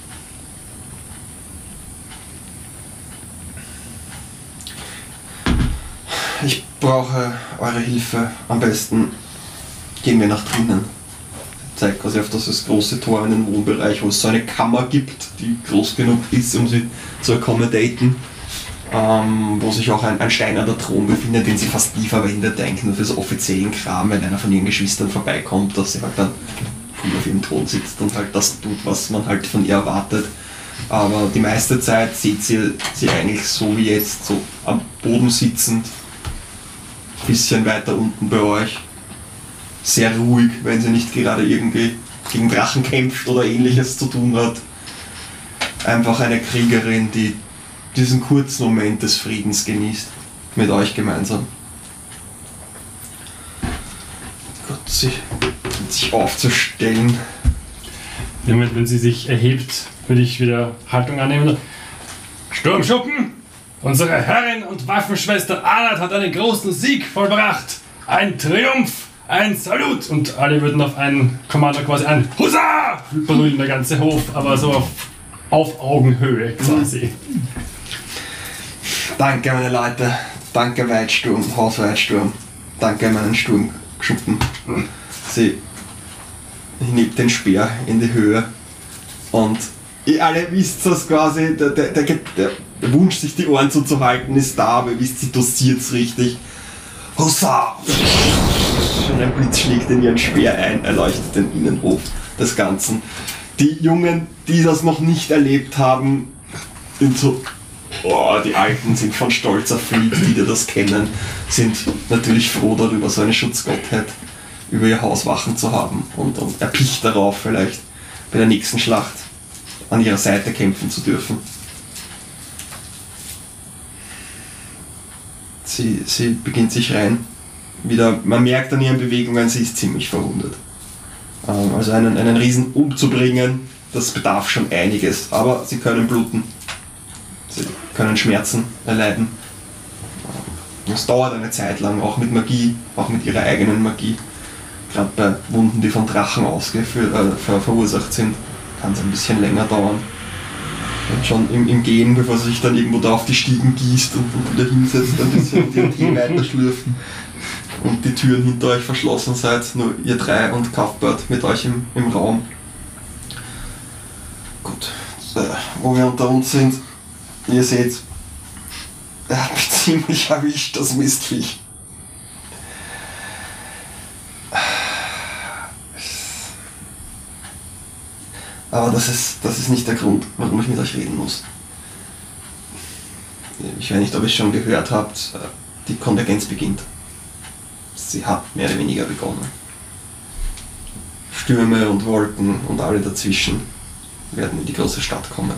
Ich brauche eure Hilfe. Am besten gehen wir nach drinnen. Zeigt quasi auf das große Tor in den Wohnbereich, wo es so eine Kammer gibt, die groß genug ist, um sie zu accommodaten. Wo sich auch ein steinerner Thron befindet, den sie fast nie verwendet, eigentlich nur für so offiziellen Kram, wenn einer von ihren Geschwistern vorbeikommt, dass sie halt dann auf ihrem Thron sitzt und halt das tut, was man halt von ihr erwartet. Aber die meiste Zeit seht ihr sie eigentlich so wie jetzt, so am Boden sitzend, bisschen weiter unten bei euch. Sehr ruhig, wenn sie nicht gerade irgendwie gegen Drachen kämpft oder ähnliches zu tun hat. Einfach eine Kriegerin, die diesen kurzen Moment des Friedens genießt, mit euch gemeinsam. Gott, sich aufzustellen. Wenn sie sich erhebt, würde ich wieder Haltung annehmen. Sturmschuppen! Unsere Herrin und Waffenschwester Anat hat einen großen Sieg vollbracht. Ein Triumph, ein Salut! Und alle würden auf einen Kommando quasi ein Hurra! brüllen, der ganze Hof, aber so auf Augenhöhe quasi. Danke, meine Leute. Danke, Weitsturm, Hausweitsturm. Danke, meinen Sturmschuppen. Sie hebt den Speer in die Höhe. Und ihr alle wisst das quasi, der Wunsch, sich die Ohren zuzuhalten, ist da, aber ihr wisst, sie dosiert es richtig. Hussa! Und ein Blitz schlägt in ihren Speer ein, erleuchtet den Innenhof des Ganzen. Die Jungen, die das noch nicht erlebt haben, sind so Die Alten sind von Stolz erfüllt, die das kennen, sind natürlich froh darüber, so eine Schutzgottheit über ihr Haus wachen zu haben und erpicht darauf, vielleicht bei der nächsten Schlacht an ihrer Seite kämpfen zu dürfen. Sie beginnt sich rein. Wieder, man merkt an ihren Bewegungen, sie ist ziemlich verwundet. Also einen Riesen umzubringen, das bedarf schon einiges, aber sie können bluten. Sie können Schmerzen erleiden. Es dauert eine Zeit lang, auch mit Magie, auch mit ihrer eigenen Magie. Gerade bei Wunden, die von Drachen verursacht sind, kann es ein bisschen länger dauern. Und schon im Gehen, bevor sie sich dann irgendwo da auf die Stiegen gießt und wieder hinsetzt, ein bisschen den Tee weiter schlürfen. Und die Türen hinter euch verschlossen seid, nur ihr drei und Cuthbert mit euch im Raum. Gut, wo wir unter uns sind, ihr seht, er hat mich ziemlich erwischt, das Mistviech. Aber das ist nicht der Grund, warum ich mit euch reden muss. Ich weiß nicht, ob ihr es schon gehört habt, die Konvergenz beginnt. Sie hat mehr oder weniger begonnen. Stürme und Wolken und alle dazwischen werden in die große Stadt kommen.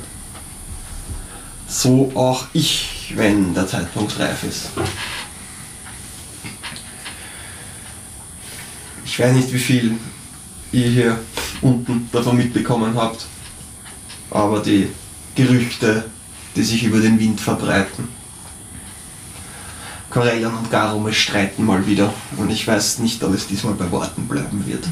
So auch ich, wenn der Zeitpunkt reif ist. Ich weiß nicht, wie viel ihr hier unten davon mitbekommen habt, aber die Gerüchte, die sich über den Wind verbreiten. Corellian und Garumel streiten mal wieder und ich weiß nicht, ob es diesmal bei Worten bleiben wird.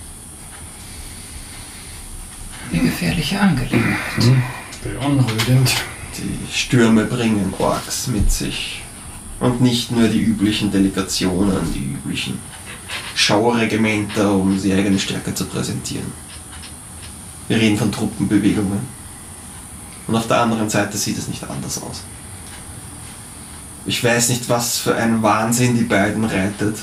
Eine gefährliche Angelegenheit. Beunruhigend. Die Stürme bringen Orks mit sich. Und nicht nur die üblichen Delegationen, die üblichen Schauregimenter, um sie eigene Stärke zu präsentieren. Wir reden von Truppenbewegungen. Und auf der anderen Seite sieht es nicht anders aus. Ich weiß nicht, was für ein Wahnsinn die beiden reitet.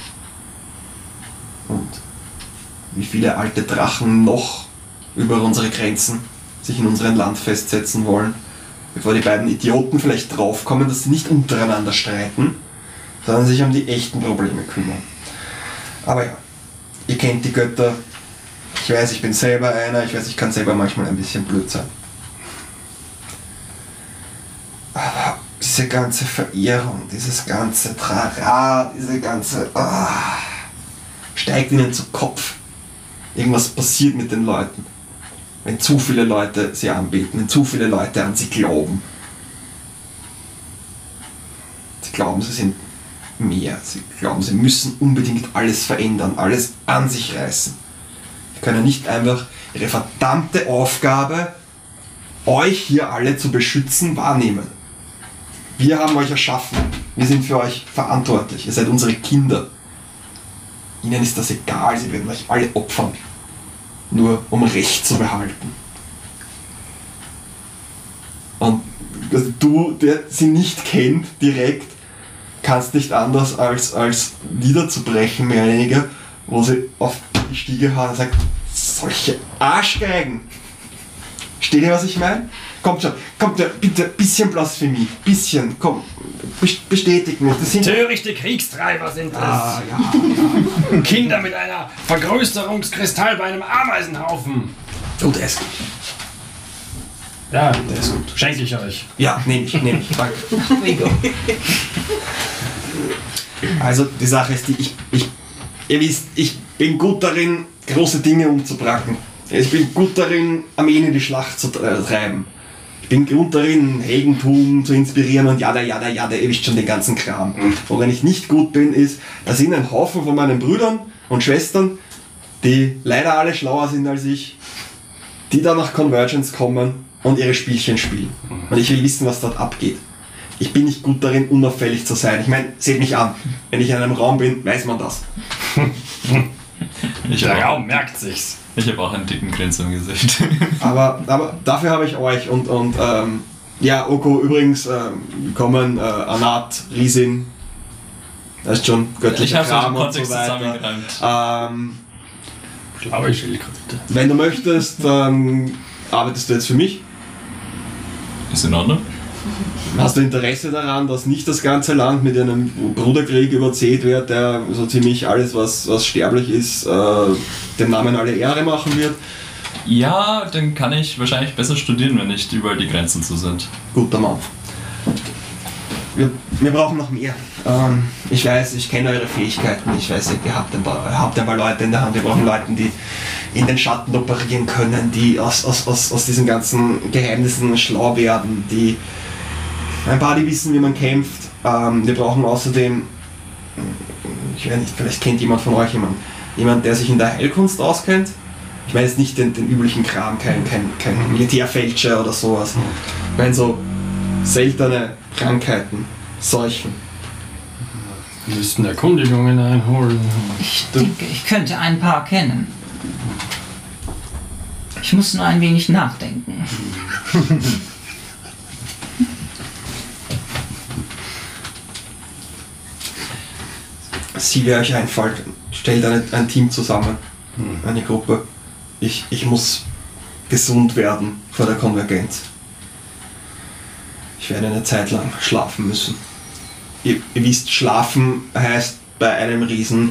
Und wie viele alte Drachen noch über unsere Grenzen sich in unserem Land festsetzen wollen, bevor die beiden Idioten vielleicht draufkommen, dass sie nicht untereinander streiten, sondern sich um die echten Probleme kümmern. Aber ja, ihr kennt die Götter. Ich weiß, ich bin selber einer. Ich weiß, ich kann selber manchmal ein bisschen blöd sein. Aber diese ganze Verehrung, dieses ganze Trara, diese ganze... steigt ihnen zu Kopf. Irgendwas passiert mit den Leuten. Wenn zu viele Leute sie anbeten, wenn zu viele Leute an sie glauben. Sie glauben, sie sind mehr. Sie glauben, sie müssen unbedingt alles verändern, alles an sich reißen. Sie können nicht einfach ihre verdammte Aufgabe, euch hier alle zu beschützen, wahrnehmen. Wir haben euch erschaffen. Wir sind für euch verantwortlich. Ihr seid unsere Kinder. Ihnen ist das egal, sie werden euch alle opfern. Nur um Recht zu behalten. Und also du, der sie nicht kennt, direkt, kannst nicht anders als niederzubrechen, mehr oder weniger, wo sie auf die Stiege haut und sagt, solche Arschgeigen. Steht ihr, was ich meine? Kommt schon, kommt ja, bitte, bisschen Blasphemie, bisschen, komm, bestätigt mich. Das sind Törichte Kriegstreiber sind das. Ja. Kinder mit einer Vergrößerungskristall bei einem Ameisenhaufen. Oh, der ist gut. Ja, der ist gut. Schenke ich euch. Ja, nehme ich, danke. Also die Sache ist die, ihr wisst, ich bin gut darin, große Dinge umzubracken. Ich bin gut darin, Armeen in die Schlacht zu treiben. Ich bin gut darin, Heldentum zu inspirieren und jada, ihr wisst schon den ganzen Kram. Woran ich nicht gut bin, ist, da sind ein Haufen von meinen Brüdern und Schwestern, die leider alle schlauer sind als ich, die da nach Convergence kommen und ihre Spielchen spielen. Und ich will wissen, was dort abgeht. Ich bin nicht gut darin, unauffällig zu sein. Ich meine, seht mich an. Wenn ich in einem Raum bin, weiß man das. Der Raum merkt sich's. Ich habe auch einen dicken Grinsen im Gesicht. aber dafür habe ich euch und ja, Oko übrigens, willkommen, Anat, Riesin, das ist schon göttlicher Kram und so weiter. Schlaue Schildkröte. Wenn du möchtest, arbeitest du jetzt für mich. Ist in Ordnung. Hast du Interesse daran, dass nicht das ganze Land mit einem Bruderkrieg überzählt wird, der so ziemlich alles, was sterblich ist, dem Namen alle Ehre machen wird? Ja, dann kann ich wahrscheinlich besser studieren, wenn nicht überall die Grenzen zu sind. Guter Mann. Wir brauchen noch mehr. Ich weiß, ich kenne eure Fähigkeiten. Ich weiß, ihr habt ein paar Leute in der Hand. Wir brauchen Leute, die in den Schatten operieren können, die aus diesen ganzen Geheimnissen schlau werden, die ein paar, die wissen, wie man kämpft. Wir brauchen außerdem, ich weiß nicht, vielleicht kennt jemand von euch jemand, der sich in der Heilkunst auskennt. Ich meine jetzt nicht den üblichen Kram, kein Militärfälscher oder sowas. Ich meine so seltene Krankheiten, Seuchen. Wir müssten Erkundigungen einholen. Ich denke, ich könnte ein paar kennen. Ich muss nur ein wenig nachdenken. Sie, wer euch einfällt, stellt ein Team zusammen, eine Gruppe. Ich muss gesund werden vor der Konvergenz. Ich werde eine Zeit lang schlafen müssen. Ihr wisst, schlafen heißt bei einem Riesen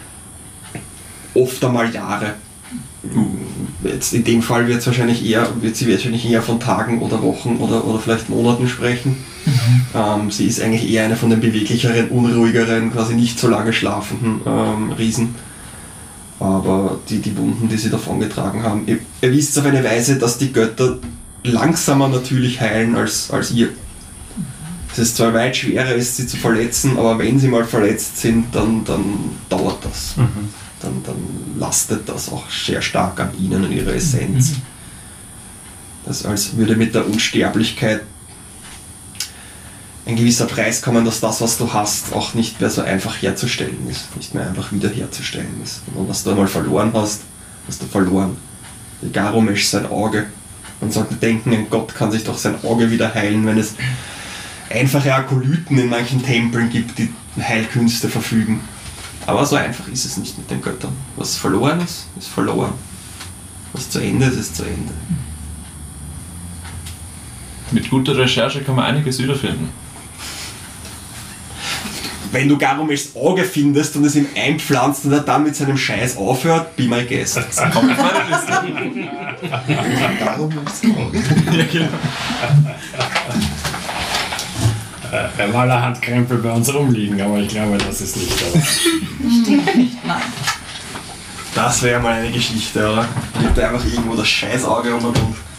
oft einmal Jahre. Jetzt in dem Fall wird sie wahrscheinlich eher von Tagen oder Wochen oder vielleicht Monaten sprechen. Sie ist eigentlich eher eine von den beweglicheren, unruhigeren, quasi nicht so lange schlafenden Riesen. Aber die Wunden, die sie davongetragen haben, ihr wisst auf eine Weise, dass die Götter langsamer natürlich heilen als ihr. Es ist zwar weit schwerer, ist sie zu verletzen, aber wenn sie mal verletzt sind, dann dauert das. Dann lastet das auch sehr stark an ihnen und ihrer Essenz. Das als würde mit der Unsterblichkeit ein gewisser Preis kommen, dass das, was du hast, auch nicht mehr so einfach herzustellen ist, nicht mehr einfach wiederherzustellen ist. Und was du einmal verloren hast, hast du verloren. Wie Garomesch sein Auge. Man sollte denken, ein Gott kann sich doch sein Auge wieder heilen, wenn es einfache Akolyten in manchen Tempeln gibt, die Heilkünste verfügen. Aber so einfach ist es nicht mit den Göttern. Was verloren ist, ist verloren. Was zu Ende ist, ist zu Ende. Mit guter Recherche kann man einiges wiederfinden. Wenn du Garomeschs Auge findest und es ihm einpflanzt und er dann mit seinem Scheiß aufhört, be my guest. Das kommt auf meine Liste. Garomeschs Auge. Ja, genau. Wir haben allerhand Krempel bei uns rumliegen, aber ich glaube, das ist nicht so. Stimmt nicht, nein. Das wäre mal eine Geschichte, oder? Gibt einfach irgendwo das Scheißauge um und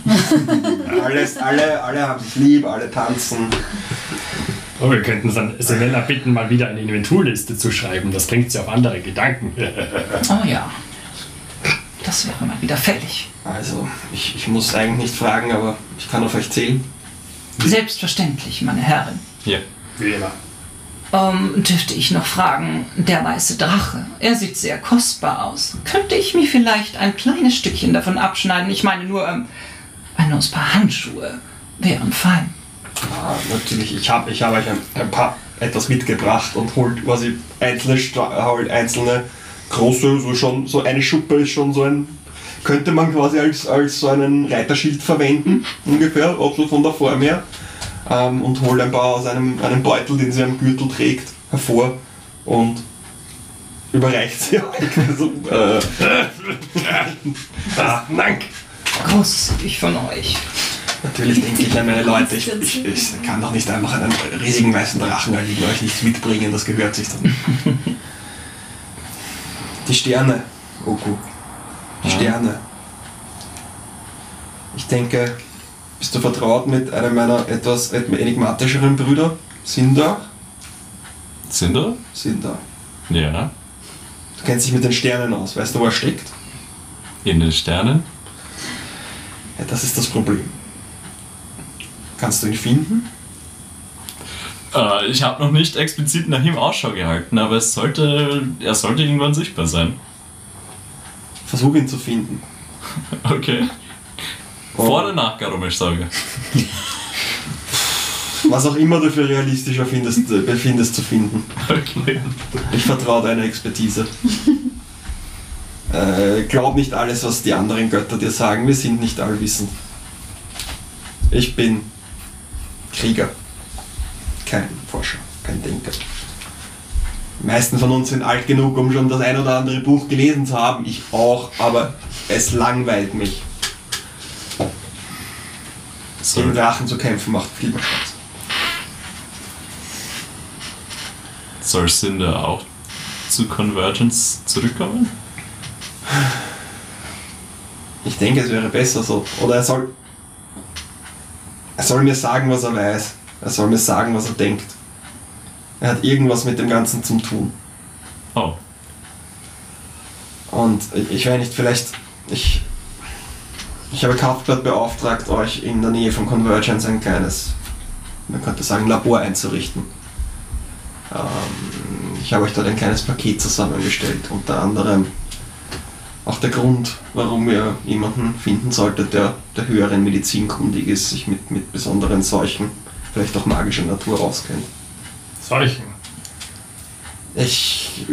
alle haben sich lieb, alle tanzen. Oh, wir könnten dann Selena bitten, mal wieder eine Inventurliste zu schreiben. Das bringt sie auf andere Gedanken. Oh ja. Das wäre mal wieder fällig. Also, ich muss eigentlich nicht fragen, aber ich kann auf euch zählen. Selbstverständlich, meine Herren. Ja. Wie immer. Dürfte ich noch fragen, der weiße Drache, er sieht sehr kostbar aus. Könnte ich mir vielleicht ein kleines Stückchen davon abschneiden? Ich meine nur ein paar Handschuhe wären fein. Ah, natürlich, ich hab euch ein paar etwas mitgebracht und holt quasi einzelne große, so eine Schuppe ist schon so ein, könnte man quasi als so einen Reiterschild verwenden, ungefähr, auch so von der Form her. Und hole ein paar aus einem Beutel, den sie am Gürtel trägt, hervor und überreicht sie euch. Dank! Großzügig von euch. Natürlich denke ich an meine Leute, ich kann doch nicht einfach einen riesigen weißen Drachen erliegen, euch nichts mitbringen, das gehört sich dann. Die Sterne, Oku. Die Sterne. Ich denke, bist du vertraut mit einem meiner etwas enigmatischeren Brüder, Sindar? Sindar? Sindar. Ja. Du kennst dich mit den Sternen aus, weißt du, wo er steckt? In den Sternen? Ja, das ist das Problem. Kannst du ihn finden? Ich habe noch nicht explizit nach ihm Ausschau gehalten, aber er sollte irgendwann sichtbar sein. Versuch ihn zu finden. Okay. Vor oder nach Garomesch-Sage? Was auch immer du für realistischer befindest zu finden. Okay. Ich vertraue deiner Expertise. Glaub nicht alles, was die anderen Götter dir sagen. Wir sind nicht allwissend. Ich bin Krieger. Kein Forscher, kein Denker. Die meisten von uns sind alt genug, um schon das ein oder andere Buch gelesen zu haben. Ich auch, aber es langweilt mich. Gegen Drachen zu kämpfen macht viel mehr Spaß. Soll Cinder auch zu Convergence zurückkommen? Ich denke, es wäre besser so. Oder er soll mir sagen, was er weiß. Er soll mir sagen, was er denkt. Er hat irgendwas mit dem Ganzen zu tun. Oh. Und ich weiß nicht, vielleicht... Ich habe Cuthbert beauftragt, euch in der Nähe von Convergence ein kleines, man könnte sagen, Labor einzurichten. Ich habe euch dort ein kleines Paket zusammengestellt. Unter anderem auch der Grund, warum ihr jemanden finden solltet, der höheren Medizin kundig ist, sich mit besonderen Seuchen, vielleicht auch magischer Natur auskennt. Seuchen? Ich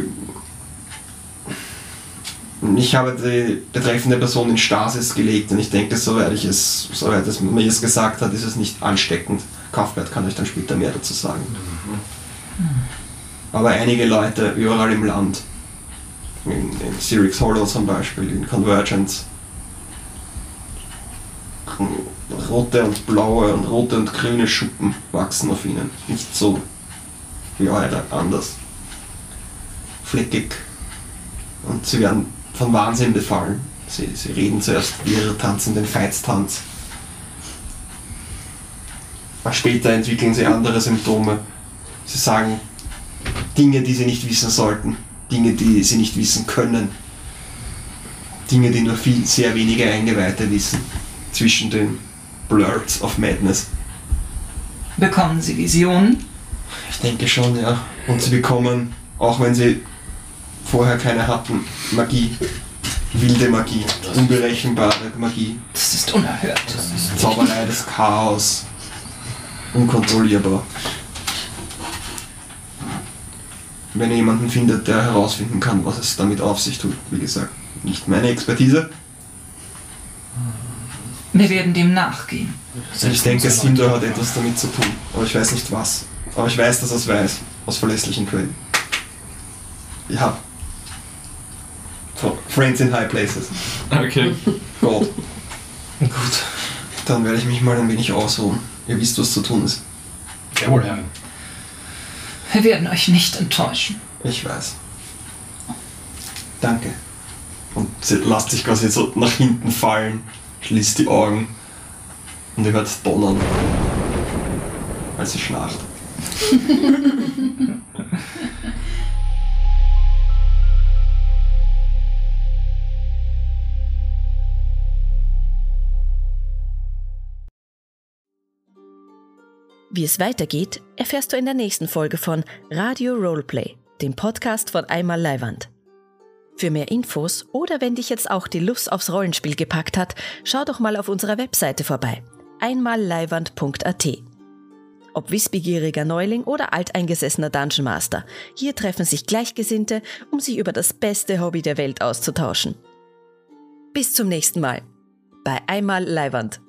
habe die betreffende Person in Stasis gelegt und ich denke, soweit es mir es gesagt hat, ist es nicht ansteckend. Cuthbert kann euch dann später mehr dazu sagen. Aber einige Leute überall im Land, in Syrinx Hollow zum Beispiel, in Convergence, rote und blaue und rote und grüne Schuppen wachsen auf ihnen. Nicht so wie eure, anders. Fleckig. Und sie werden von Wahnsinn befallen. Sie reden zuerst ihre tanzenden Feitstanz. Später entwickeln sie andere Symptome. Sie sagen Dinge, die sie nicht wissen sollten. Dinge, die sie nicht wissen können. Dinge, die nur sehr wenige Eingeweihte wissen. Zwischen den Blurs of Madness. Bekommen Sie Visionen? Ich denke schon, ja. Und sie bekommen, auch wenn sie vorher keine hatten, Magie. Wilde Magie. Unberechenbare Magie. Das ist unerhört. Zauberei des Chaos. Unkontrollierbar. Wenn ihr jemanden findet, der herausfinden kann, was es damit auf sich tut, wie gesagt, nicht meine Expertise. Wir werden dem nachgehen. Ich denke, Sindor hat etwas damit zu tun, aber ich weiß nicht was. Aber ich weiß, dass er es weiß, aus verlässlichen Quellen. Ich hab Friends in High Places. Okay. Gut. Gut. Dann werde ich mich mal ein wenig ausruhen. Ihr wisst, was zu tun ist. Jawohl, Herr. Wir werden euch nicht enttäuschen. Ich weiß. Danke. Und sie lasst sich quasi so nach hinten fallen, schließt die Augen und ihr hört donnern, als sie schnarcht. Wie es weitergeht, erfährst du in der nächsten Folge von Radio Roleplay, dem Podcast von Einmal Leiwand. Für mehr Infos oder wenn dich jetzt auch die Lust aufs Rollenspiel gepackt hat, schau doch mal auf unserer Webseite vorbei, einmalleiwand.at. Ob wissbegieriger Neuling oder alteingesessener Dungeon Master, hier treffen sich Gleichgesinnte, um sich über das beste Hobby der Welt auszutauschen. Bis zum nächsten Mal bei Einmal Leiwand.